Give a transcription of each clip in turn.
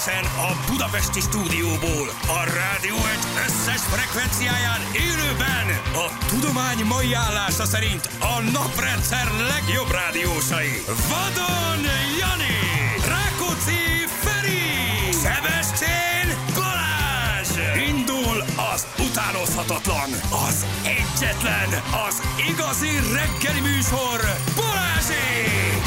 Egyenesen a budapesti stúdióból, a rádió egy összes frekvenciáján élőben a tudomány mai állása szerint a naprendszer legjobb rádiósai. Vadon Jani, Rákóczi Feri, Sebestyén Balázs. Indul az utánozhatatlan, az egyetlen, az igazi reggeli műsor, Balázsék!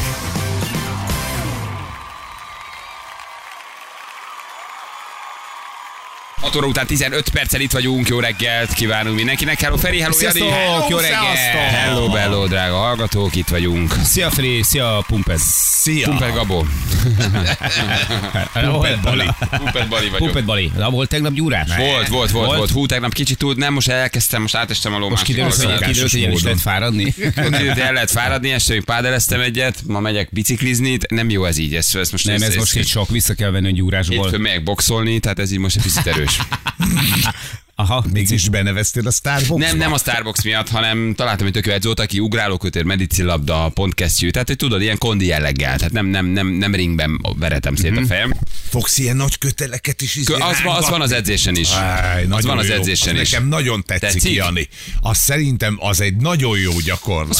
6 óra után 15 perccel itt vagyunk, jó reggelt kívánunk mindenkinek. Hello Feri, hello Jani. Sziasztok, jó reggelt. Hello drága hallgatók, itt vagyunk. Szia Feri, szia Pumped. Szia. Pumped Gabó. Pumped Bali. Pumped Bali vagyok. Pumped Bali. Na, volt tegnap gyúrás? Volt. Hú, tegnap kicsit túl, nem, most elkezdtem, most átestem a ló. Most kiderült, hogy el is lehet fáradni. El lehet fáradni, este még pádeleztem egyet, ma megyek biciklizni, nem jó ez így. Ez most egy sok, vissza kell venni a gyúrásból. Hétfőn megyek boxolni, tehát ez így most egy picit erős. Aha, mégis beneveztél a Starbucksba? Nem a Starbucks miatt, hanem találtam egy tök jó edzót, aki ugrálókötér, medicillabda, pontkesztyű, tehát hogy tudod, ilyen kondi jelleggel, tehát nem ringben veretem szét a fejem. Fogsz ilyen nagy köteleket is az van az edzésen is. Az van az edzésen is. Nekem nagyon tetszik, Jani. Azt szerintem az egy nagyon jó gyakorlat.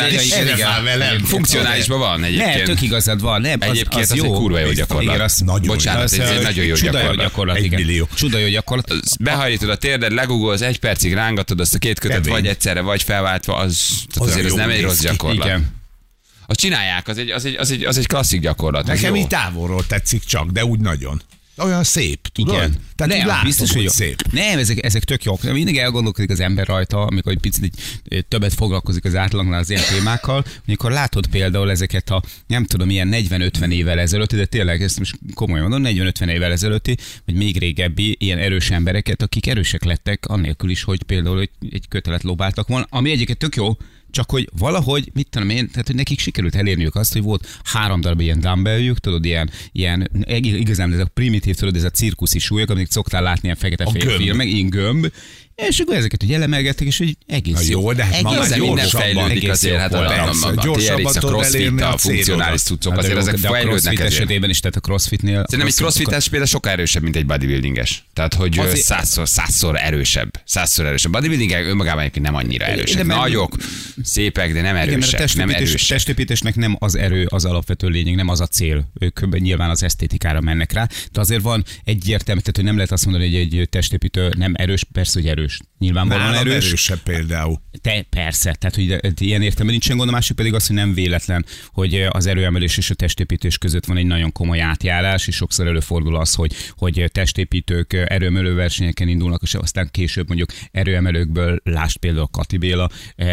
Funkcionálisban van egyébként. Nem, tök igazad van. Egyébként az egy kurva jó gyakorlat. Bocsánat, ez egy nagyon jó gyakorlat. Csuda jó gyakorlat. Behajítod a térded, legugolsz, 1 percig rángatod azt a két kötet, vagy egyszerre, vagy felváltva, azért ez nem egy rossz gyakorlat. Igen. Azt csinálják, az egy klasszik gyakorlat. Nekem így távolról tetszik csak, de úgy nagyon. Olyan szép, tudod? Igen. Tehát nem, látom, biztos, hogy szép. Nem, ezek tök jók. Mindig elgondolkodik az ember rajta, amikor egy picit többet foglalkozik az átlagnál az ilyen témákkal, amikor látod például ezeket a, nem tudom, ilyen 40-50 évvel ezelőtti, de tényleg ezt most komolyan mondom, 40-50 évvel ezelőtti, vagy még régebbi ilyen erős embereket, akik erősek lettek, annélkül is, hogy például egy kötelet lobáltak volna, ami egyébként tök jó, csak hogy valahogy, mit tudom én, tehát hogy nekik sikerült elérniük azt, hogy volt 3 darab ilyen dumbbelljük, tudod, ilyen igazán ez a primitív, tudod, ez a cirkuszi súlyok, amit szoktál látni ilyen fekete filmek, ilyen gömb, és akkor ezeket úgy elemelgettek, és hogy egész jó. De hát egész minden fejlődik azért, hát a TRX, a crossfit, a funkcionális cuccok, azért ezek fejlődnek ezért. Esetében is, tehát a crossfitnél. Szerintem egy crossfites például sokkal erősebb, mint egy bodybuildinges. Tehát, hogy százszor erősebb. Bodybuilding önmagában egyébként nem annyira erősek. Nagyok, szépek, de nem erősek. Nem erősek. Testépítésnek nem az erő az alapvető lényeg, nem az a cél. Ők nyilván az esztétikára mennek rá. De azért van egyértelmű, tehát hogy nem lehet azt mondani, hogy egy testépítő nem erős, persze, hogy erős. Nyilvánvalóan erősebb például. Persze, tehát hogy ilyen értelemben nincsen gond, a másik pedig az, hogy nem véletlen, hogy az erőemelés és a testépítés között van egy nagyon komoly átjárás, és sokszor előfordul az, hogy testépítők erőemelő versenyeken indulnak, és aztán később mondjuk erőemelőkből, lásd például Kati Béla,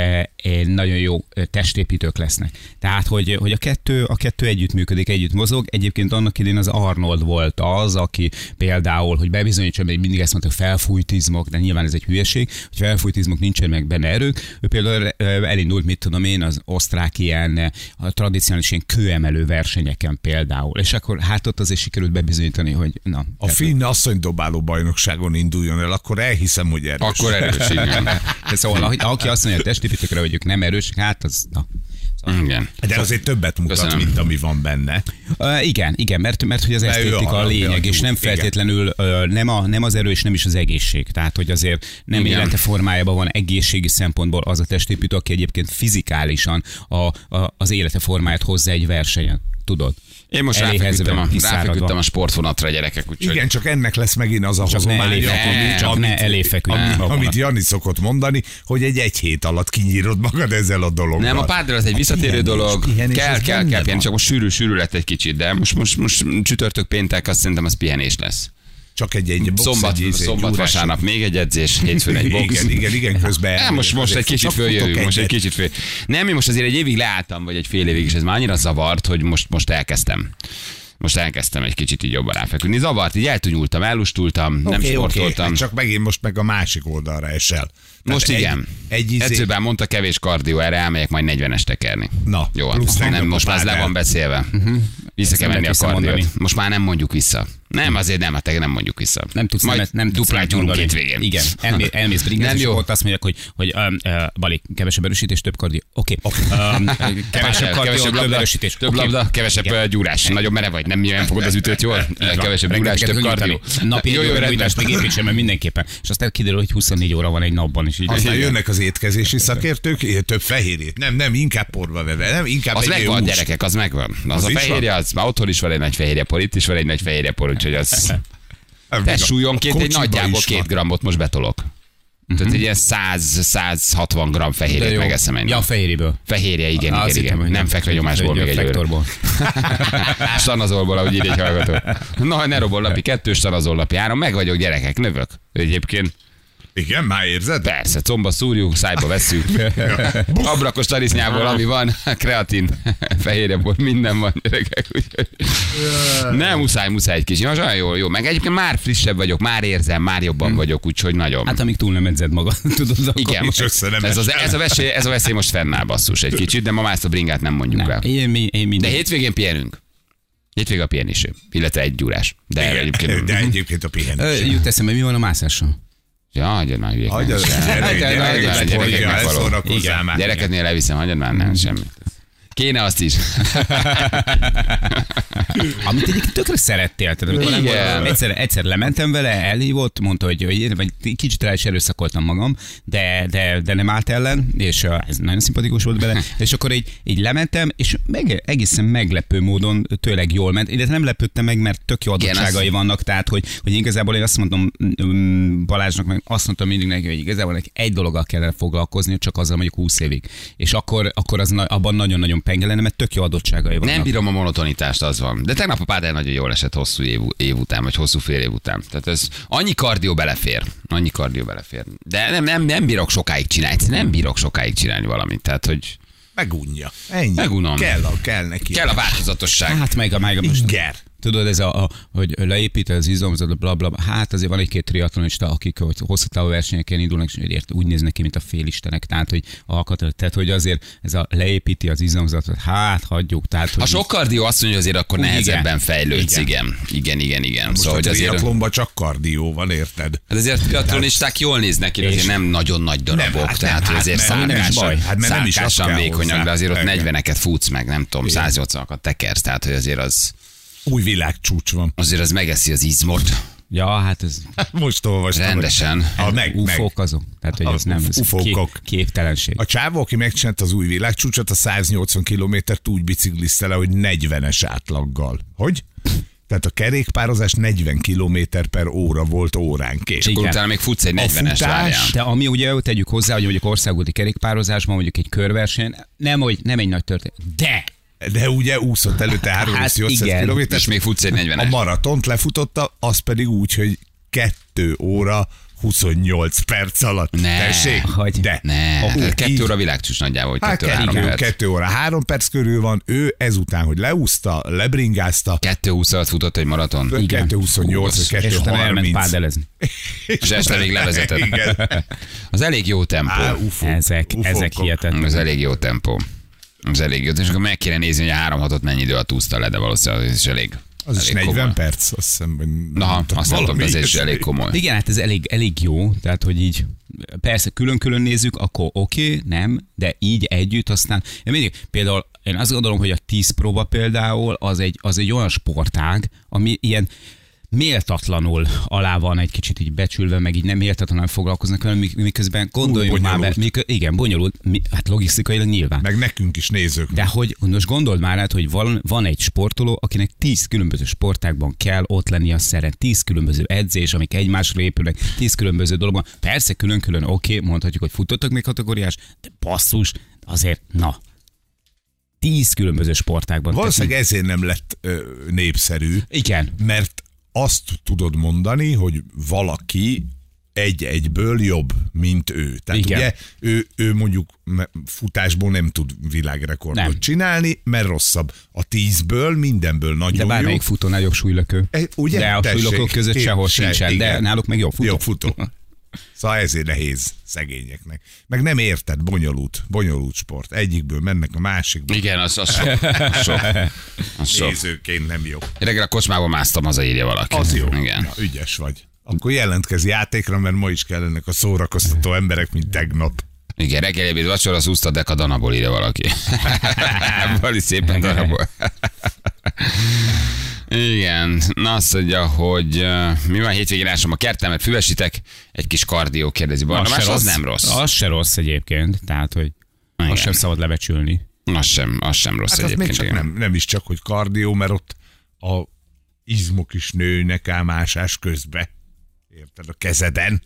nagyon jó testépítők lesznek. Tehát, hogy a kettő együtt működik, együtt mozog. Egyébként annak idén az Arnold volt az, aki például, hogy bebizonyítsa, hogy mindig ezt mondta, hogy felfújt izmok, de nyilván ez egy hülyeség, hogy felfújt izmok, nincsen meg benne erők. Ő például elindult, mit tudom én, az osztrák ilyen a tradicionális ilyen kőemelő versenyeken például. És akkor hát ott azért sikerült bebizonyítani, hogy na. A finn asszonydobáló bajnokságon induljon el, akkor elhiszem, hogy erős. Akkor erős, igen. Szóval, aki azt mondja, hogy a testépítőkre, hogy ők nem erős, hát az... Na. Igen. De azért többet mutat, mint ami van benne. Igen, mert hogy az esztétika a lényeg, és nem feltétlenül nem az erő, és nem is az egészség. Tehát, hogy azért nem élete formájában van egészségi szempontból az a testépítő, aki egyébként fizikálisan az élete formáját hozza egy versenyen. Tudod? Én most ráfeküdtem a sportvonatra, gyerekek. Úgyhogy... Igen, csak ennek lesz megint az a hozomány, amit Jani szokott mondani, hogy egy hét alatt kinyírod magad ezzel a dologgal. Nem, a pádel az egy visszatérő dolog. Kell pihenni, csak most sűrű lett egy kicsit, de most csütörtök, péntek, azt szerintem az pihenés lesz. Csak egy szombat, vasárnap még egy edzés, hétfőn egy box. Igen, közben. Most egy kicsit följövünk, Nem, én most azért egy évig leálltam, vagy egy fél évig, és ez már annyira zavart, hogy most elkezdtem. Most elkezdtem egy kicsit így jobban ráfeküdni. Zavart, így eltunyultam, ellustultam, nem sportoltam. Csak megint most meg a másik oldalra esel. Most igen. Edzőben mondta, kevés kardió, erre elmegyek majd 40-es tekerni. Na, jó, most már le van beszélve. Vissza kell menni a kardiót. Most már nem mondjuk vissza. Nem, azért nem, hát nem mondjuk vissza. Nem tudsz majd nem duplán gyúrunk két végén. Igen, elmész bringázni, és ott azt mondják, hogy Bali, kevesebb erősítés, több kardio. Oké. Kevesebb kardio, több erősítés. Több labda, kevesebb gyúrás. Nagyobb merev vagy, nem fogod az ütőt jól. Kevesebb gyúrás, több kardio. Napi egy óra nyújtást még építsen, mert mindenképpen. És aztán kiderül, hogy 24 óra van egy napban is. Aztán jönnek az étkezési szakértők, több fehérjét. Nem, inkább porba veve. Nem, inkább az megvan, gyerekek, az megvan. Az a fehérje, az már otthon is van egy nagy fehérjepor, itt is van egy nagy fehérjepor, úgyhogy az... Testsúlyonként egy nagyjából 2 grammot most betolok. Tehát egy ilyen 100-160 gramm fehérjét megeszem ennyi. Ja, a fehérjéből. Fehérje, igen. Nem fekvenyomásból még egyelőre. Stanazolból, ahogy írja egy hallgató. Na, ne robol napi 2, stanazol napi 3, meg vagyok gyerekek, növök. Egyébként. Igen, már érzed? Persze, comba szúrjuk, szájba vesszük. Abrakos tarisznyából, ami van, kreatin, fehérjebból, minden van, gyerekek. Nem, muszáj egy kicsi. Most olyan jó. Meg egyébként már frissebb vagyok, már érzem, már jobban vagyok, úgyhogy nagyon. Hát amíg túl nem edzed magad, tudod, akkor igen, ez a veszély most fennáll, basszus egy kicsit, de ma már ezt a bringát nem mondjuk el. De hétvégén pihenünk. Hétvége a pihenésé, illetve egy gyúrás. De egyébként a pihenés. Jut eszembe, mi van a mászással? Ja, hagyjad már hülyék. Gyerekeknél elviszem, hagyjad már, nem, semmi. Kéne azt is. Amit egyébként tökre szerettél. Egyszer lementem vele, elhívott, mondta, hogy én kicsit rá is erőszakoltam magam, de nem állt ellen, és ez nagyon szimpatikus volt bele. És akkor így lementem, és egészen meglepő módon tőleg jól ment. De nem lepődtem meg, mert tök jó adottságai vannak, tehát hogy igazából én azt mondom Balázsnak, meg azt mondtam mindig neki, hogy igazából neki egy dologgal kellene foglalkozni, csak azzal mondjuk 20 évig. És akkor az abban nagyon-nagyon penge lenne, mert tök jó adottságai vannak. Nem bírom a monotonitást, az van. De tegnap a pádel nagyon jól esett hosszú év után, vagy hosszú fél év után. Tehát ez annyi kardió belefér. De nem bírok sokáig csinálni. Nem bírok sokáig csinálni valamit. Tehát, hogy... Megunja. Ennyi. Megunom. Kell neki. Kell a változatosság. Hát meg a inger. Tudod, ez hogy leépít az izomzat, blablabla. Hát azért van egy-két triatlonista, akik hosszú távú versenyeken indulnak, és úgy néznek ki, mint a félistenek. Tehát, hogy azért ez a leépíti az izomzatot, hát hagyjuk. Tehát, a sok kardió azt mondja, hogy azért akkor nehezebben fejlődsz. Igen. Most szóval, a triatlonban csak kardió van, érted? Hát azért triatlonisták jól néznek ki, azért nem nagyon nagy darabok. Tehát azért szárkásan vékonyak, de azért ott 40-eket futsz meg, nem tudom, 180-akat tekersz. Tehát, hogy azért az... Új világcsúcs van. Azért az megeszi az izmot. Ja, hát ez... Most olvastam. Rendesen. Ufók azok. Tehát, hogy ez nem képtelenség. A csávó, aki megcsinált az új világcsúcsot, a 180 kilométert úgy biciklizte le, hogy 40-es átlaggal. Hogy? Tehát a kerékpározás 40 km/óra volt óránként. És akkor utána még futsz egy 40-es, várjál. De ami ugye tegyük hozzá, hogy mondjuk országúti kerékpározásban, mondjuk egy körverseny, nem egy nagy történet, de ugye úszott előtte 3800 km. És még futsz egy 40-es. A maratont lefutotta, az pedig úgy, hogy 2 óra 28 perc alatt. Tessék? De. 2 óra világcsúcs nagyjából, hogy 2-3 perc. 2 óra 3 perc körül van, ő ezután, hogy leúszta, lebringázta. 2:20 alatt futott egy maraton. 2:28 vagy 2:30. És utána elment pádelezni. És este még levezetett. Az elég jó tempó. Ezek hihetetlen. Az elég jó tempó. Az elég jó. És akkor meg kéne nézni, hogy a 3-6-ot mennyi idő alatt úszta le, de valószínűleg ez is elég. Az is 40 komoly. Perc, azt hiszem. Azt nem tudom, ez is elég komoly. Igen, hát ez elég jó, tehát hogy így persze külön-külön nézzük, akkor oké, nem, de így együtt aztán, például én azt gondolom, hogy a 10 próba például az egy olyan sportág, ami ilyen méltatlanul alá van egy kicsit így becsülve, meg így nem méltatlanul foglalkoznak vele, miközben gondoljunk már be, igen, bonyolult, hát logisztikailag nyilván. Meg nekünk is nézők. De hogy most gondold már át, hogy van egy sportoló, akinek 10 különböző sportágban kell ott lenni a szeren, 10 különböző edzés, amik egymásra épülnek, 10 különböző dologban. Persze külön-külön oké, mondhatjuk, hogy futottak még kategóriás, de basszus, azért, 10 különböző sportágban. Valószínűleg ezért nem lett népszerű. Igen. Mert azt tudod mondani, hogy valaki egyből jobb, mint ő. Tehát igen. Ugye ő mondjuk futásból nem tud világrekordot csinálni, mert rosszabb. A 10-ből, mindenből nagyon jó. De bármelyik futónál jobb súlylökő. Ugye? De a súlylökők között sehol sincsen, igen. De náluk meg jobb futó. Jobb futó. Szóval ezért nehéz szegényeknek. Meg nem érted, bonyolult sport. Egyikből mennek a másikból. Igen, az sok. Nézőként nem jó. Reggel a kocsmában másztam, hazaírja valaki. Az jó. Igen. Na, ügyes vagy. Akkor jelentkezz játékra, mert ma is kellenek a szórakoztató emberek, mint tegnap. Igen, reggel ebéd vacsora, az úszta deka danaból, írja valaki. Vali szépen darabol. Igen, na azt mondja, hogy mi van hétvégén ásom a kertemet, füvesitek, egy kis kardió, kérdezi Barnabás, az nem rossz. Az se rossz egyébként, tehát hogy azt sem szabad lebecsülni. Az sem rossz hát egyébként. Még csak nem is csak, hogy kardió, mert ott a izmok is nőnek ásás közbe. Érted? A kezeden.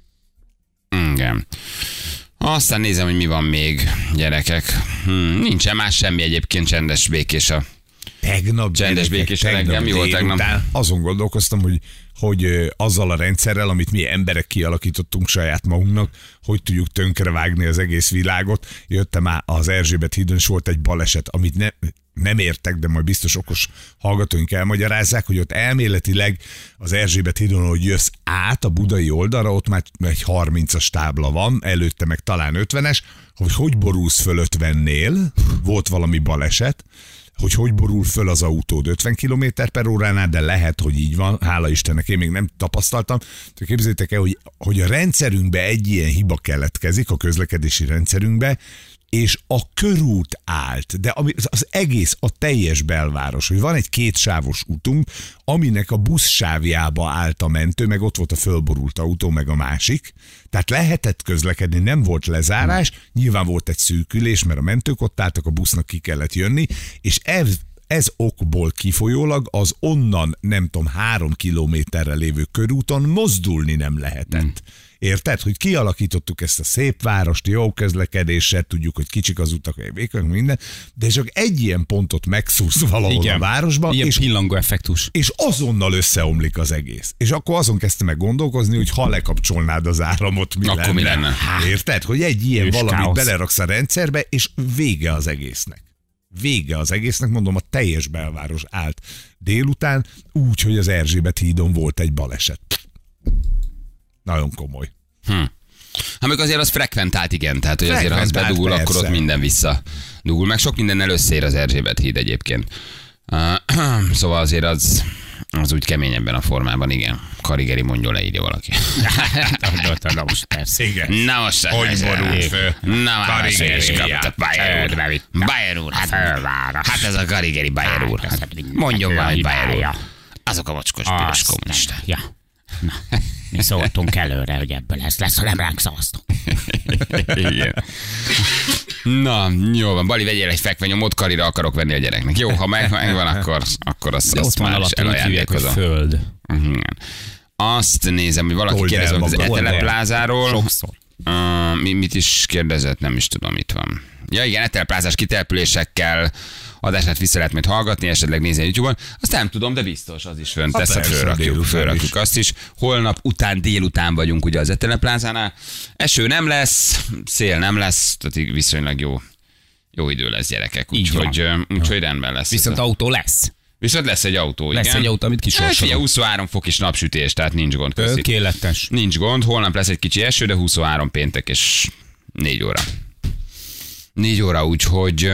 Igen. Aztán nézem, hogy mi van még, gyerekek. Nincsen más semmi egyébként, csendes, békés a... Csendes, békés a reggel. Mi volt tegnap? Azon gondolkoztam, hogy azzal a rendszerrel, amit mi emberek kialakítottunk saját magunknak, hogy tudjuk tönkrevágni az egész világot. Jöttem már az Erzsébet hídon, és volt egy baleset, amit nem értek, de majd biztos okos hallgatóink elmagyarázzák, hogy ott elméletileg az Erzsébet hídon, hogy jössz át a budai oldalra, ott már egy 30-as tábla van, előtte meg talán 50-es, hogy borulsz föl 50-nél, volt valami baleset, hogy borul föl az autód 50 km/óránál, de lehet, hogy így van, hála Istennek, én még nem tapasztaltam. Képzeljétek el, hogy a rendszerünkbe egy ilyen hiba keletkezik, a közlekedési rendszerünkbe, és a körút állt, de az egész, a teljes belváros, hogy van egy kétsávos útunk, aminek a buszsávjába állt a mentő, meg ott volt a fölborult autó, meg a másik. Tehát lehetett közlekedni, nem volt lezárás, nyilván volt egy szűkülés, mert a mentők ott álltak, a busznak ki kellett jönni, és ez okból kifolyólag az onnan, nem tudom, 3 kilométerre lévő körúton mozdulni nem lehetett. Érted? Hogy kialakítottuk ezt a szép várost, jó közlekedéssel, tudjuk, hogy kicsik az utak, vékony, minden, de csak egy ilyen pontot megszúrsz valahol igen, a városban, ilyen pillangó effektus. És azonnal összeomlik az egész. És akkor azon kezdtem meg gondolkozni, hogy ha lekapcsolnád az áramot, mi lenne? Érted? Hogy egy ilyen valamit beleraksz a rendszerbe, és vége az egésznek. Vége az egésznek, mondom, a teljes belváros állt délután, úgy, hogy az Erzsébet hídon volt egy baleset. Nagyon komoly. Hát meg azért az frekventált, igen, tehát hogy azért ha az bedugul, persze, akkor ott minden vissza dugul. Meg sok mindennel összeér az Erzsébet híd egyébként. Szóval azért az úgy keményebben a formában, igen. Karigeri mondjon, leírja valaki. Na most persze. Igen. Na most. Hogy borult föl? Na most is kapott Bayer úr. Hát ez a Karigeri Bayer úr. Mondjon valami Bayer úr. Azok a mocskos piros kommunisták. Ja. Na, mi szóltunk előre, hogy ebből ez lesz, ha nem ránk szavaztunk. Igen. Na, jó van, Bali, vegyél egy fekvenyomót, Karira akarok venni a gyereknek. Jó, ha megvan, akkor azt már is elajándékozom. Föld. Igen. Azt nézem, hogy valaki kérdezett az Eteleplázáról. Sokszor. Mit is kérdezett, nem is tudom, itt van. Ja igen, Etelepplázás kitelepülésekkel adását vissza lehet majd hallgatni, esetleg nézni a YouTube-on. Azt nem tudom, de biztos, az is fönt tesz, fölrakjuk azt is. Holnap délután vagyunk ugye az Eteleplázánál. Eső nem lesz, szél nem lesz, tehát viszonylag jó idő lesz, gyerekek. Úgyhogy rendben lesz. Viszont autó lesz. Viszont lesz egy autó, igen. Lesz egy autó, amit kisorsolunk. 23 fok és napsütés, tehát nincs gond. Tökéletes. Nincs gond, holnap lesz egy kicsi eső, de 23 péntek és 4 óra. 4 óra, úgyhogy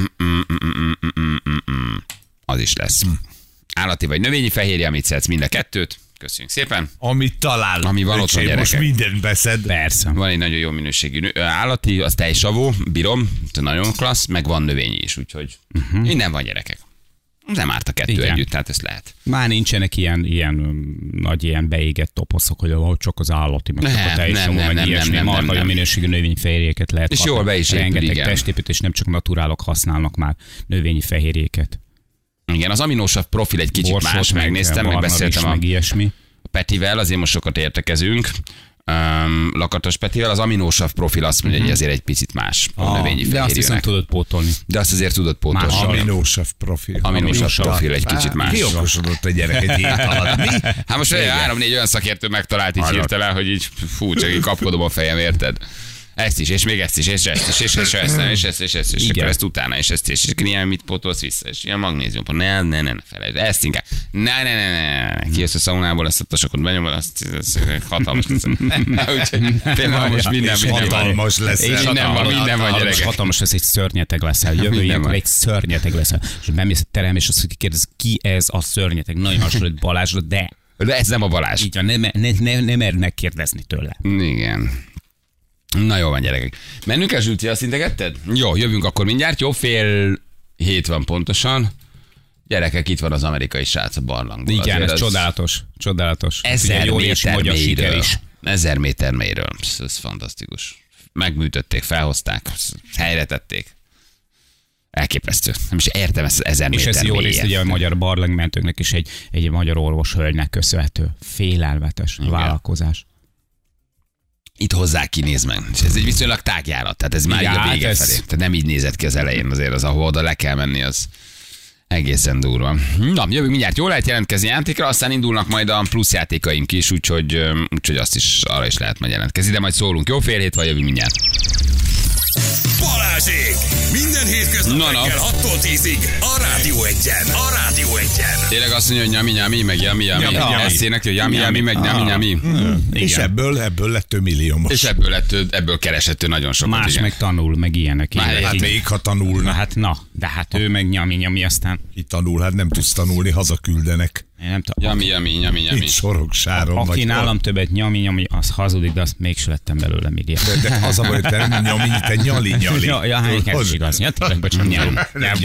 az is lesz. Állati vagy növényi fehérje, amit szedsz, mind a kettőt. Köszönjük szépen. Amit talál. Ami van otthon, gyerekek. Most mindent beszed. Persze. Van egy nagyon jó minőségű állati, az tejsavó, bírom, nagyon klassz, meg van növényi is, úgyhogy minden van, gyerekek. Nem árt a kettő igen, együtt, tehát ezt lehet. Már nincsenek ilyen nagy ilyen beégett toposzok, hogy csak az állati, meg csak a tejsavó, meg ilyesmi. Marha minőségű növényi fehérjéket lehet és kapni. Jól be is épül, rengeteg igen. testépítés, nem csak naturálok használnak már növényi fehérjéket. Igen, az aminosav profil egy kicsit borsot, más, megnéztem, meg beszéltem meg ilyesmi. A Petivel, azért most sokat értekezünk. Lakatos Petivel, az aminosav profil azt mondja, hogy azért egy picit más a növényi fehérjének. De azt viszont tudod pótolni. De azt azért tudod pótolni. Aminosav profil. Aminosav profil egy kicsit más. Kiokosodott a gyerek egy hét alatt. Mi? Hát most 3-4 olyan szakértő megtalált így hirtelen, hogy így csak így kapkodom a fejem, érted? Ezt is, és még ezt is, és ezt is, és ezt, és akkor ezt utána, és ezt is, és ilyen mit pótolsz vissza, és ilyen magnézium, ne felejtsd, ezt inkább, ne. Kijössz a szaunából, ezt a tasokot benyomod, azt hatalmas lesz. Úgyhogy például most minden hatalmas lesz. Minden van, gyerekek. Hatalmas lesz, egy szörnyeteg leszel. Jövő ilyenkor egy szörnyeteg leszel. És bemész a terem, és azt kérdez, ki ez a szörnyeteg? Nagyon hasonlít Balázsra, de ez nem a Balázs. Így van, nem mer megkérdezni tőle. Igen. Na jó van, gyerekek. Mennünk el, Zsülci, azt integetted? Jó, jövünk akkor mindjárt. Jó, 6:30 van pontosan. Gyerekek, itt van az amerikai srác a barlangból. Igen, ez csodálatos. 1000 méter mélyről. 1000 méter mélyről. Ez fantasztikus. Megműtötték, felhozták, helyre tették. Elképesztő. Nem is értem ezt az 1000 méter És ez jó rész ugye a magyar barlangmentőknek és egy magyar orvos hölgynek köszönhető. Félelmetes vállalkozás. Itt hozzá kinéz meg. És ez egy viszonylag tágjárat, tehát ez már így a vége felé. Tehát nem így nézett ki az elején azért, az ahol oda le kell menni, az egészen durva. Na, jövünk mindjárt, jól lehet jelentkezni játékra, aztán indulnak majd a plusz játékaink is, úgyhogy azt is, arra is lehet majd jelentkezni, de majd szólunk. Jó, 6:30 van, jövünk mindjárt. Balázsék! Minden hétköznap reggel 6-tól 10-ig a Rádió Egyen. A Rádió Egyen. Tényleg azt mondja, hogy nyami, meg yami. Ezt énekli, hogy nyami, meg nyami. És ebből lett ő milliómos. És ebből keresett ő nagyon sokat. Más meg tanul, meg ilyenek. Hát még ha tanulna. De hát ő meg nyami aztán. Itt tanul, hát nem tudsz tanulni, hazaküldenek. Nyami. Itt Soroksáron. Aki nálam többet nyami, az hazudik, de azt mégse lettem belőle milliárd. De az a baj, te nem nyami, te nyali. Ez is igaz. Tényleg, bocsánat,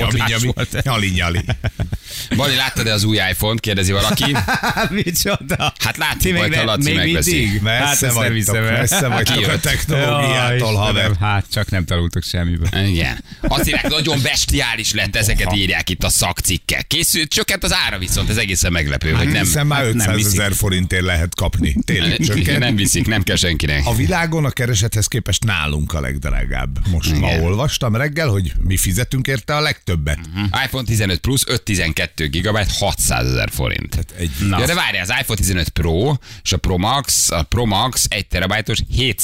nyali. Bali, láttad-e az új iPhone-t? Kérdezi valaki. Micsoda? Hát látszik, majd ha Laci megveszi. Messze vagytok a technológiától, haver. Hát csak nem tanultok semmiből. Igen. Azt írják, nagyon bestiális lett, ezeket írják itt a szakcikkek. Készült, csökkent az ára viszont, ez egészen meglepő, hogy nem. Hiszen már 500 000 forintért lehet kapni. Tényleg csökkent. Nem viszik, nem kell senkinek. A világon a keresethez képest nálunk a legdrágább. Most ma olvastam reggel, hogy mi fizetünk érte a legtöbbet. iPhone 15 Plus 512 GB 600 000 forint. Ja, de várjál, az iPhone 15 Pro és a Pro Max 1 terabájtos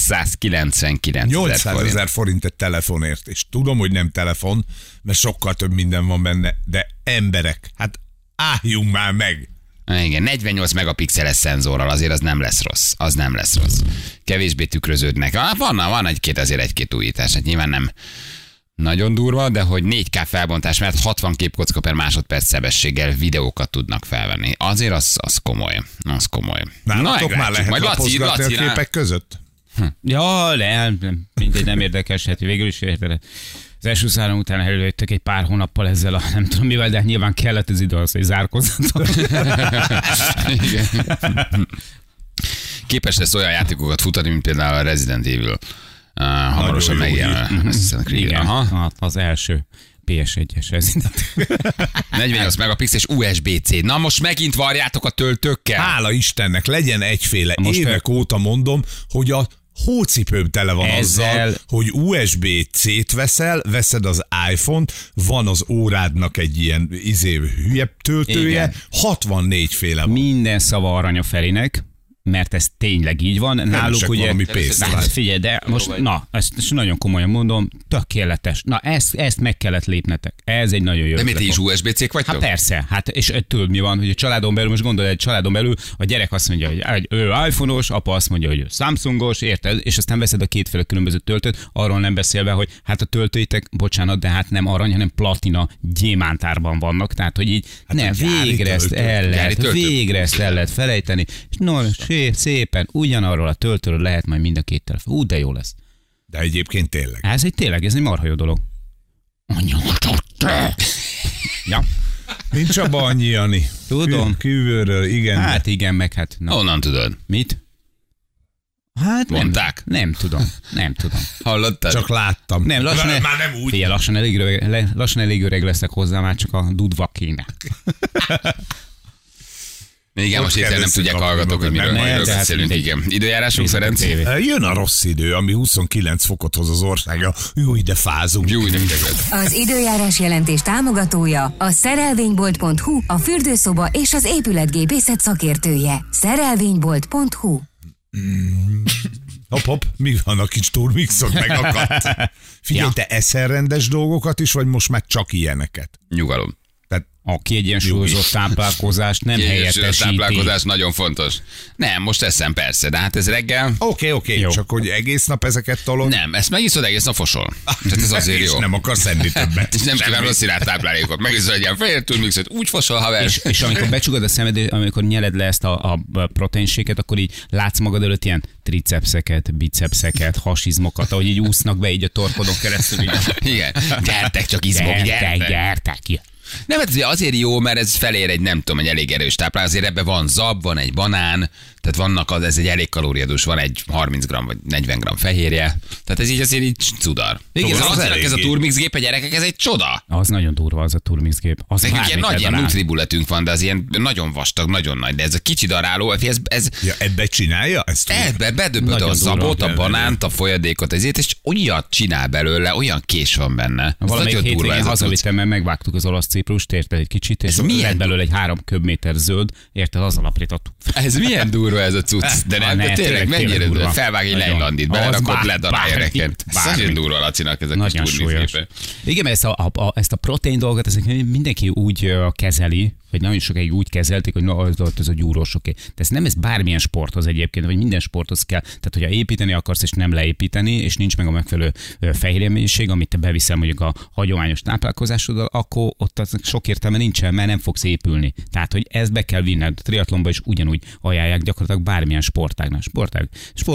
799 000 forint. 800 000 forint egy telefonért. És tudom, hogy nem telefon, mert sokkal több minden van benne, de emberek, hát álljunk már meg. Igen, 48 megapixeles szenzorral azért az nem lesz rossz. Kevésbé tükröződnek. Van egy-két újítás, hát nyilván nem nagyon durva, de hogy 4K felbontás, mert 60 képkocka per másodperc sebességgel videókat tudnak felvenni. Azért az komoly. Nálatok már lehet lapozgatni a képek között? Ja, nem, mindegy, nem érdekes, hát végül is érted. Az első után előjöttek egy pár hónappal ezzel a nem tudom mivel, de nyilván kellett az idő az, hogy zárkozzatok. Képes lesz olyan játékokat futani, mint például a Resident Evil. Hamarosan megjelenül. Igen, az első PS1-es Resident. 48 megapixeles USB-C. Na most megint varjátok a töltőkkel. Hála Istennek, legyen egyféle. Most évek óta mondom, hogy a hócipőm tele van azzal, hogy USB-C-t veszed az iPhone-t, van az órádnak egy ilyen hülye töltője, igen. 64 féle van. Minden szava arany a Ferinek, mert ez tényleg így van. Náluk ugye, figyelj, de most, ezt nagyon komolyan mondom, tökéletes. Na, ezt meg kellett lépnetek. Ez egy nagyon jó. De miért is USB-C-k vagytok? Hát persze, hát és tudod mi van, hogy a családon belül, most gondolod, egy családon belül a gyerek azt mondja, hogy ő iPhone-os, apa azt mondja, hogy ő Samsungos, érted? És aztán veszed a kétféle különböző töltőt, arról nem beszélve, hogy hát a töltőitek, bocsánat, de hát nem arany, hanem platina gyémántárban vannak, tehát hogy így hát végre ezt el lehet felejteni. És szépen ugyanarról a töltőről lehet majd mind a két telefon. De jó lesz. De egyébként tényleg. Ez egy marha jó dolog. Ja. Nincs abban annyi, Jani. Tudom. Kívülről, igen. Hát igen, meg hát. Na. Honnan tudod? Mit? Hát mondták? Nem tudom. Hallottad? Csak láttam. Nem, lassan nem úgy. Figyelj, lassan elég öreg leszek hozzá, már csak a dudva kéne. Igen, most hirtelen nem tudják hallgatók, hogy miről beszélünk. Igen. Időjárásunk, Ferenc? Jön a rossz idő, ami 29 fokot hoz az országra. Jó, de fázunk. Jó, de az időjárás jelentés támogatója a szerelvénybolt.hu, a fürdőszoba és az épületgépészet szakértője. Szerelvénybolt.hu. Hopp, mi van, a kis turmixot megakadt? Figyelj, te eszel rendes dolgokat is, vagy most már csak ilyeneket? Nyugalom. A kiegyensúlyozott táplálkozást nem helyettesíti. Táplálkozás nagyon fontos. Nem, most eszem persze, de hát ez reggel. Oké, csak hogy egész nap ezeket tolod? Nem, ezt megiszod, egész nap fosol. Tehát ez azért és jó. nem akarsz enni többet. És nem kívánod szilárd táplálékot. Megiszod egy ilyen fehér turmixot, úgy fosol, haver. És amikor becsukod a szemed, amikor nyeled le ezt a proteinséget, akkor így látsz magad előtt ilyen tricepszeket, bicepszeket, hasizmokat, ahogy így úsznak be így a torkodon keresztül. Így. Igen, gyertek csak izmok, gyertek. Nem, hát azért jó, mert ez felér egy, nem tudom, egy elég erős táplál, azért ebben van zab, van egy banán, tehát vannak ez egy elég kalóriadús, van egy 30 g vagy 40 g fehérje, tehát ez így azért így cudar. Igen, ez a Turmix gép, a gyerekek, ez egy csoda. Az nagyon durva, az a Turmix gép. Nekünk ilyen nagy ilyen nutribulletünk van, de az ilyen nagyon vastag, nagyon nagy, de ez a kicsi daráló, ez ja, ebbe csinálja ezt? Ebbe bedöböd a zabot, a banánt, a folyadékot, ezért, és olyat csinál belőle, olyan kés van benne. Valamelyik hétvégén hazavittem, mert megvágtuk az olasz ciprust, érted egy kicsit, és lett belőle egy 3 köbméter zöld, érted, az alapítottuk. Ez milyen durva ez a cucc, de tényleg mennyire durva. Felvág egy lejlandit, belerakod, ledarálja neked. Nagyon durva Lacinak ez a kis turmixgépe. Igen, mert ezt a protein dolgot mindenki úgy kezeli, vagy nagyon sokáig úgy kezelték, hogy ez a gyúrós, oké. De ez bármilyen sporthoz egyébként, vagy minden sporthoz kell. Tehát, hogyha építeni akarsz, és nem leépíteni, és nincs meg a megfelelő fehérjemennyiség, amit te beviszel mondjuk a hagyományos táplálkozásoddal, akkor ott az sok értelme nincsen, mert nem fogsz épülni. Tehát, hogy ezt be kell vinned. A triatlonban is ugyanúgy ajánlják gyakorlatilag bármilyen sportágnál. Sportág,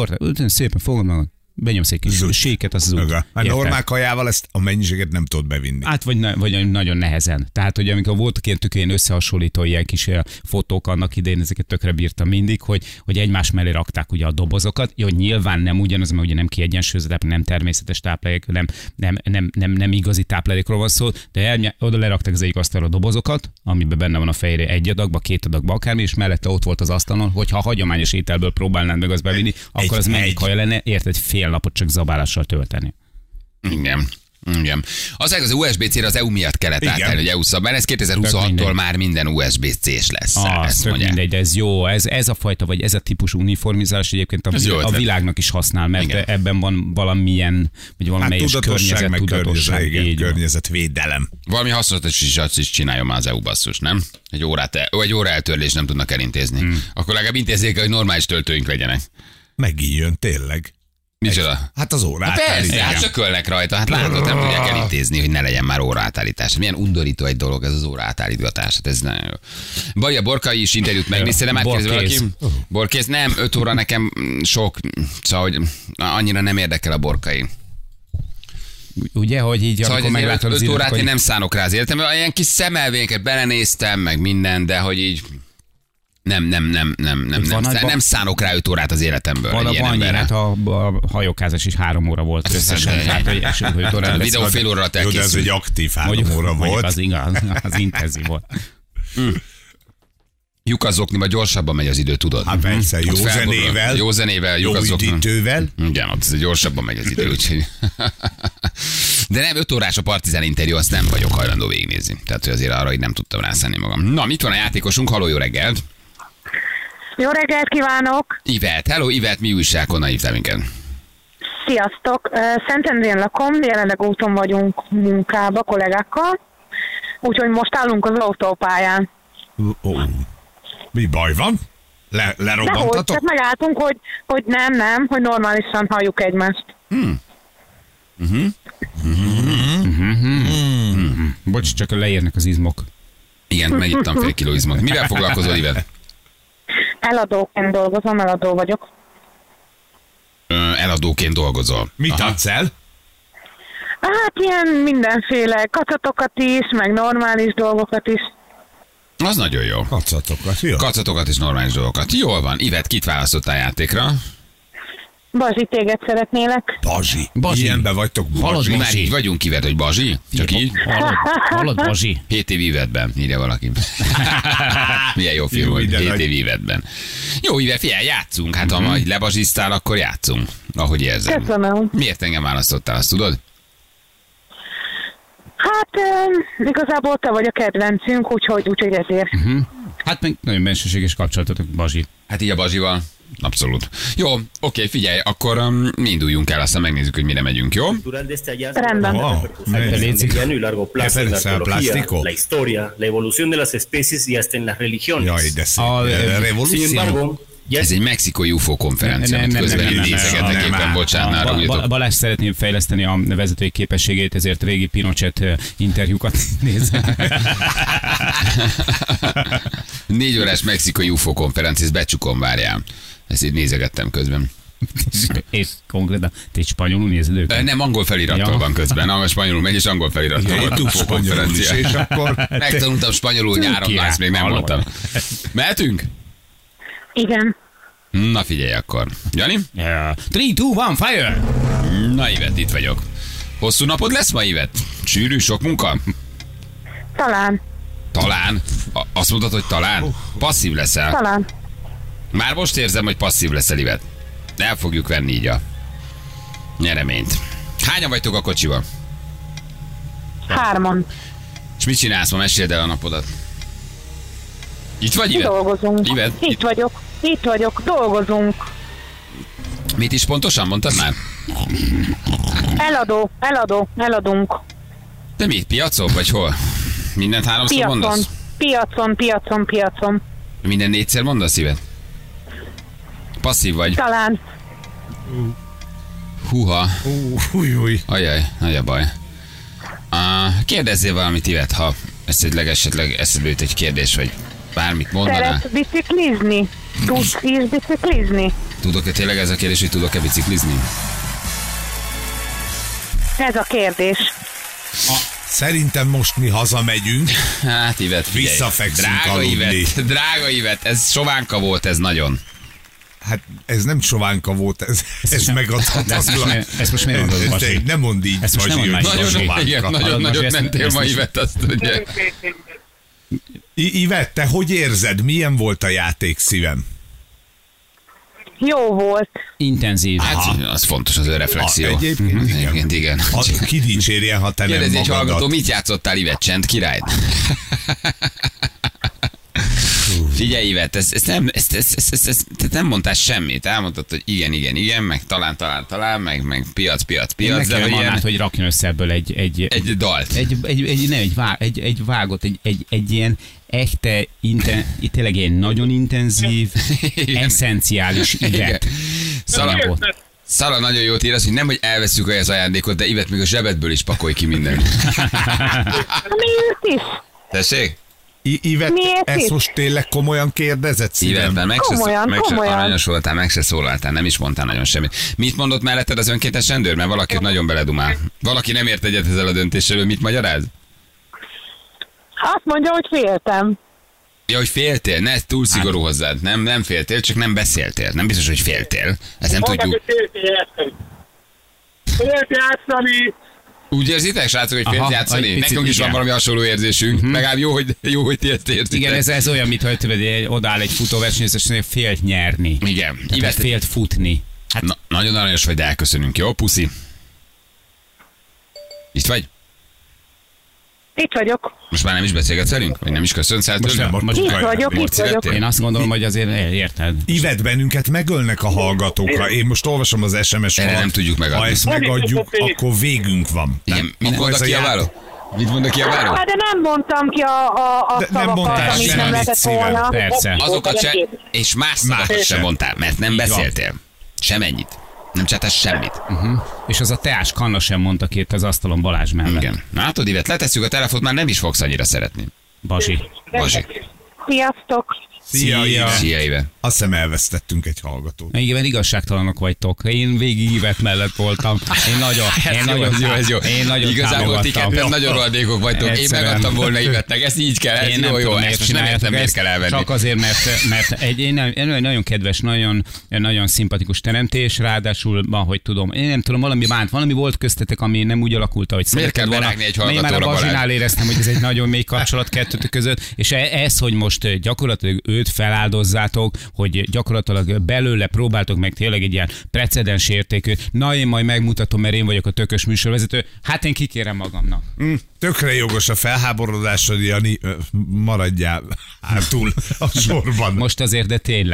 szépen fogod magad. Benyomsz egy kis séket, az zúd. A normál kajával ezt a mennyiséget nem tudod bevinni. Hát vagy nagyon nehezen. Tehát, hogy amikor voltak ilyen összehasonlító ilyen kis fotók annak idején, ezeket tökre bírtam mindig, hogy egymás mellé rakták ugye a dobozokat. Jó, nyilván nem ugyanaz, mert ugye nem kiegyensúlyozott, nem természetes táplálék, nem igazi táplálékról van szó, de oda lerakták az egyik asztalra a dobozokat, amiben benne van a fehérje 1 adagba, 2 adagba akármi, és mellette ott volt az asztalon, hogy ha hagyományos ételből próbálnád meg azt bevinni, akkor az mennyi kaja lenne, érted, fél napot csak zabálással tölteni. Igen. Az USB-C-re az EU miatt kellett átállni, hogy EU szabály, ez 2026-tól már minden USB-C-s lesz. Tök mindegy, de ez jó. Ez a fajta, vagy ez a típusú uniformizálás egyébként a világnak is használ, mert ebben van valamilyen, vagy valamelyes környezetvédelem. Valami hasznosatot is csináljon már az EU basszus, nem? Egy óra eltörlés nem tudnak elintézni. Akkor legalább intézzék, hogy normális töltőink legyenek. Megint jön, tényleg. Micsoda? Hát az óraátállítás. Persze, hát csökölnek rajta. Hát látod, nem tudják elintézni, hogy ne legyen már óraátállítás. Milyen undorító egy dolog ez az óraátállítgatás. Hát ez nagyon jó. Baja Borkai is interjút megnézte, nem átkérdezi valaki? Borkész, nem, 5 óra nekem sok, szóval hogy annyira nem érdekel a Borkai. Ugye, hogy így szóval, akkor meglátod az 5 órát én nem szánok rá az életemben. Ilyen kis szemelvényeket belenéztem, meg minden, de hogy így nem szánok rá 5 órát az életemből. Van annyi, hát a hajókázás is 3 óra volt összesen. Tehát, a videó fél óra alatt elkészült. Jó, de ez egy aktív 3 óra volt. Az igaz, az intenzív volt. Lyukazokniban gyorsabban megy az idő, tudod? Hát persze, jó zenével, jó üdítővel. Igen, ott gyorsabban megy az idő, úgyhogy... De nem 5 órás a Partizán interjú, azt nem vagyok hajlandó végignézni. Tehát, hogy azért arra így nem tudtam rászállni magam. Na, mit van a játékosunk? Halló, jó reggelt! Jó reggelt kívánok! Ivet, hello Ivet, mi újság, honnan hívtál minket? Sziasztok! Szentendrén lakom, jelenleg úton vagyunk munkába kollégákkal, úgyhogy most állunk az autópályán. Mi baj van? Lerobbantatok? Dehogy, csak megálltunk, hogy nem, hogy normálisan halljuk egymást. Bocs, csak leérnek az izmok. Igen, megittam fél kiló izmot. Mivel foglalkozol, Ivet? Eladóként dolgozom, eladó vagyok. Eladóként dolgozol. Mit adsz el? Hát ilyen mindenféle kacatokat is, meg normális dolgokat is. Az nagyon jó. Kacatokat, jó. Kacatokat és normális dolgokat. Jól van. Ivet, kit választottál játékra? Bazsi, téged szeretnélek. Bazsi. Ilyenben vagytok, Bazsi. Már így vagyunk, Ivet, hogy Bazsi? Csak így? Hallod, Bazsi? 7 év Ivetben, írja valaki. Milyen jó film, hogy 7 év Ivetben. Jó, Ivet, figyelj, játszunk. Hát ha majd lebazsisztál, akkor játszunk. Ahogy érzem. Köszönöm. Miért engem választottál, azt tudod? Hát igazából te vagy a kedvencünk, úgyhogy ezért. Hát meg nagyon bensőséges kapcsolatotok, Bazsi. Hát így a Bazsival. Abszolút. Jó, oké, figyelj, akkor mi induljunk el, aztán megnézzük, hogy mire megyünk, jó? Rendben. Plástico. La historia, la evolución de las especies y hasta en las religiones. Jaj, de szép. Sin Revolúció. embargo, Ez egy mexikói UFO konferencia, amit közben így nézegetek éppen, bocsánat, ne haragudjatok. Balázs szeretném fejleszteni a vezetői képességét, ezért régi Pinochet interjúkat néz. 4 órás mexikói UFO konferencia, ezt becsukom, várjál. Ezt így nézegettem közben. És konkrétan, te egy spanyolul nézed őket? Nem, angol felirattal van közben. Angol spanyolul megy, és angol felirattal van. UFO konferencia. És akkor megtanultam spanyolul nyáron, más még nem mondtam. Mehetünk? Igen. Na figyelj akkor. Jani? 3, 2, 1, fire! Na Ivet, itt vagyok. Hosszú napod lesz ma, Ivet? Sűrű, sok munka? Talán. Talán? Azt mondtad, hogy talán? Passzív leszel? Talán. Már most érzem, hogy passzív leszel, Ivet. El fogjuk venni így a nyereményt. Hányan vagytok a kocsival? 3. És mit csinálsz ma? Meséld el a napodat. Itt vagy, Ivet? Dolgozunk. Ivet? Itt vagyok. Dolgozunk. Mit is pontosan mondtad már? Eladunk. De mit? Piacon vagy hol? Mindent 3-szor mondasz? Piacon. Minden 4-szer mondasz, Ivet? Passzív vagy? Talán. Húha. Új. Ajaj, nagy a baj. Kérdezzél valamit, Ivet, ha esetleg eszedbe jut egy kérdés, vagy bármit mondanál. Szeretsz biciklizni? Tudsz is biciklizni? Tudok-e tényleg ez a kérdés, hogy tudok-e biciklizni? Ez a kérdés. Szerintem most mi hazamegyünk. Hát Ivet, figyelj. Visszafekszünk aludni. Drága Ivet, ez sovánka volt, ez nagyon. Hát ez nem sovánka volt, ez megadhatatlan. Ezt most miért mondod, Basi? Nem mondd így, Ezt most nem mondd már. Nagyon nagyot mentél ma, Ivet, azt tudja. Ivet, te hogy érzed? Milyen volt a játék, szívem? Jó volt. Intenzív. Hát az fontos, az ő reflexió. Egyébként igen. Ki dicsérjen, ha te nem Kérdezi egy hallgató, magadat. mit játszottál, Ivet, csend királyt? Figyelj, Ivet, ezt nem mondtál semmit. Elmondtad, hogy igen, meg talán, meg piac. Én nekem mondnád, hogy rakjon össze ebből egy dalt. Egy vágot, egy ilyen echte, tényleg ilyen nagyon intenzív, eszenciális Ivet. Szala nagyon jót ír, hogy nem, hogy elveszünk az ajándékot, de Ivet még a zsebedből is pakolj ki mindent. Miért is? Tessék? Ivet, ezt most tényleg komolyan kérdezett, szívem? Komolyan. Aranyos voltál, meg se szólaltál, nem is mondtál nagyon semmit. Mit mondott melletted az önkéntes rendőr? Mert valaki ott nagyon beledumál. Valaki nem ért egyet ezzel a döntéssel, mit magyaráz? Azt mondja, hogy féltem. Ja, hogy féltél, ne túl szigorú hozzád. Nem féltél, csak nem beszéltél. Nem biztos, hogy féltél. Ezt nem tudjuk. Félt játszani. Úgy érzitek, srácok, hogy félt játszani? Nekünk is van valami hasonló érzésünk. Legalább jó, hogy ti ezt érzitek. Igen, ez olyan, mintha odáll egy futóversenyző, és mondja, félt nyerni. Igen. Tehát félt futni. Hát... nagyon aranyos vagy, de elköszönünk, jó? Puszi. Itt vagy? Itt vagyok. Most már nem is beszélgetsz velünk? Vagy nem is köszönsz el tőle? Itt vagyok. Én azt gondolom, hogy azért érted. Ivet, bennünket megölnek a hallgatókra. Én most olvasom az SMS-t. Erre nem tudjuk megadni. Ha ezt megadjuk, akkor végünk van. Igen, mit mond a kiabáló? Hát de nem mondtam ki a szavakat, amit nem lehetett volna. Persze. Azokat se, és más szavakat sem mondtál, mert nem beszéltél. Semennyit. Nem csináltál semmit. És az a teás kanna sem mondta ki itt az asztalon Balázs mellett. Igen. Na hát, Ivet, letesszük a telefont, már nem is fogsz annyira szeretni. Basi. Sziasztok. Szia, Ivet. Azt hiszem elvesztettünk egy hallgatót. Igen, igazságtalanok vagytok. Én végig Ivet mellett voltam. Én nagyon igazából ti ketten támogattam. nagyon rohadékok vagytok. Egyszerűen. Én megadtam volna Ivetnek, ez így kell. Ez Én nem jó, tudom, ezt nem értem, miért kell elvenni. Csak azért, mert egy nagyon kedves, nagyon szimpatikus teremtés, ráadásul, ahogy tudom, én nem tudom, valami volt köztetek, ami nem úgy alakult, ahogy miért kell volna. berágni egy Én már a hallgatóra, Bazsinál Balázs? éreztem, hogy ez egy nagyon mély kapcsolat kettőtök között, és ez, hogy most gyakorlatilag őt feláldozzátok, hogy gyakorlatilag belőle próbáltok meg tényleg egy ilyen precedens értékű, na én majd megmutatom, mert én vagyok a tökös műsorvezető, hát én kikérem magamnak. Tökre jogos a felháborodásod, Jani, maradjál hátul a sorban. Most azért, de tényleg.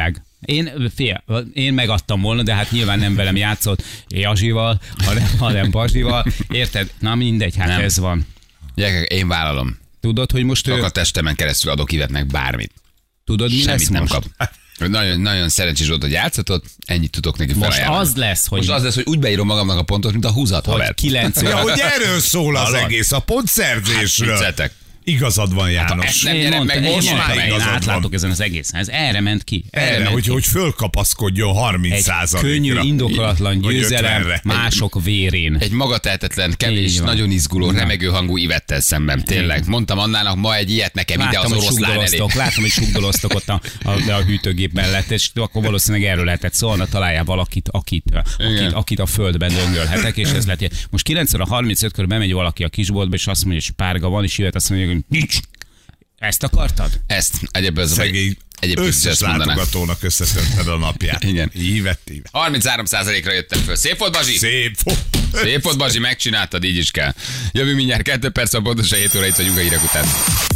Én megadtam volna, de hát nyilván nem velem játszott Jazsival, hanem Bazsival. Érted? Na mindegy, hát nem. Ez van. Gyerekek, én vállalom. Tudod, hogy most a testemen keresztül adok Ivetnek bármit. Tudod, mi semmit lesz nem most? kap. Nagyon, nagyon szerencsés volt, hogy játszottad, ennyit tudok neki felajánlani. Most az lesz, hogy úgy beírom magamnak a pontot, mint a húzat haver. 9 ja, hogy erről szól az egész, a pontszerzésről. Hát, igazad van, János. Én átlátok ezen az egészen. Ez erre ment ki. Erre, hogy fölkapaszkodjon 30%-ra. Könnyű, indokolatlan győzelem mások vérén. Egy magatehetetlen, kevés, nagyon izguló, remegő hangú Ivettel szemben. Tényleg. Mondtam Annának ma egy ilyet nekem ide az oroszlán elé. Látom, hogy sugdoloztok ott a hűtőgép mellett, és akkor valószínűleg erről lehetett szólna, találjál valakit, akit a földben döngölhetek, és ez lett. Most 9:35-kor bemegy valaki a kisboltba, és azt mondja, hogy spárga van, és Ivet azt mondja, hogy nincs. Ezt akartad? Ezt. Egyébként szegény összes látogatónak összetönted a napját. Igen. Ívet. 33%-ra jöttem föl. Szép volt, Bazsi? Szép volt, Bazsi, megcsináltad, így is kell. Jövő mindjárt 2 perc, pontosan 7 óra, itt vagyunk a hírek után.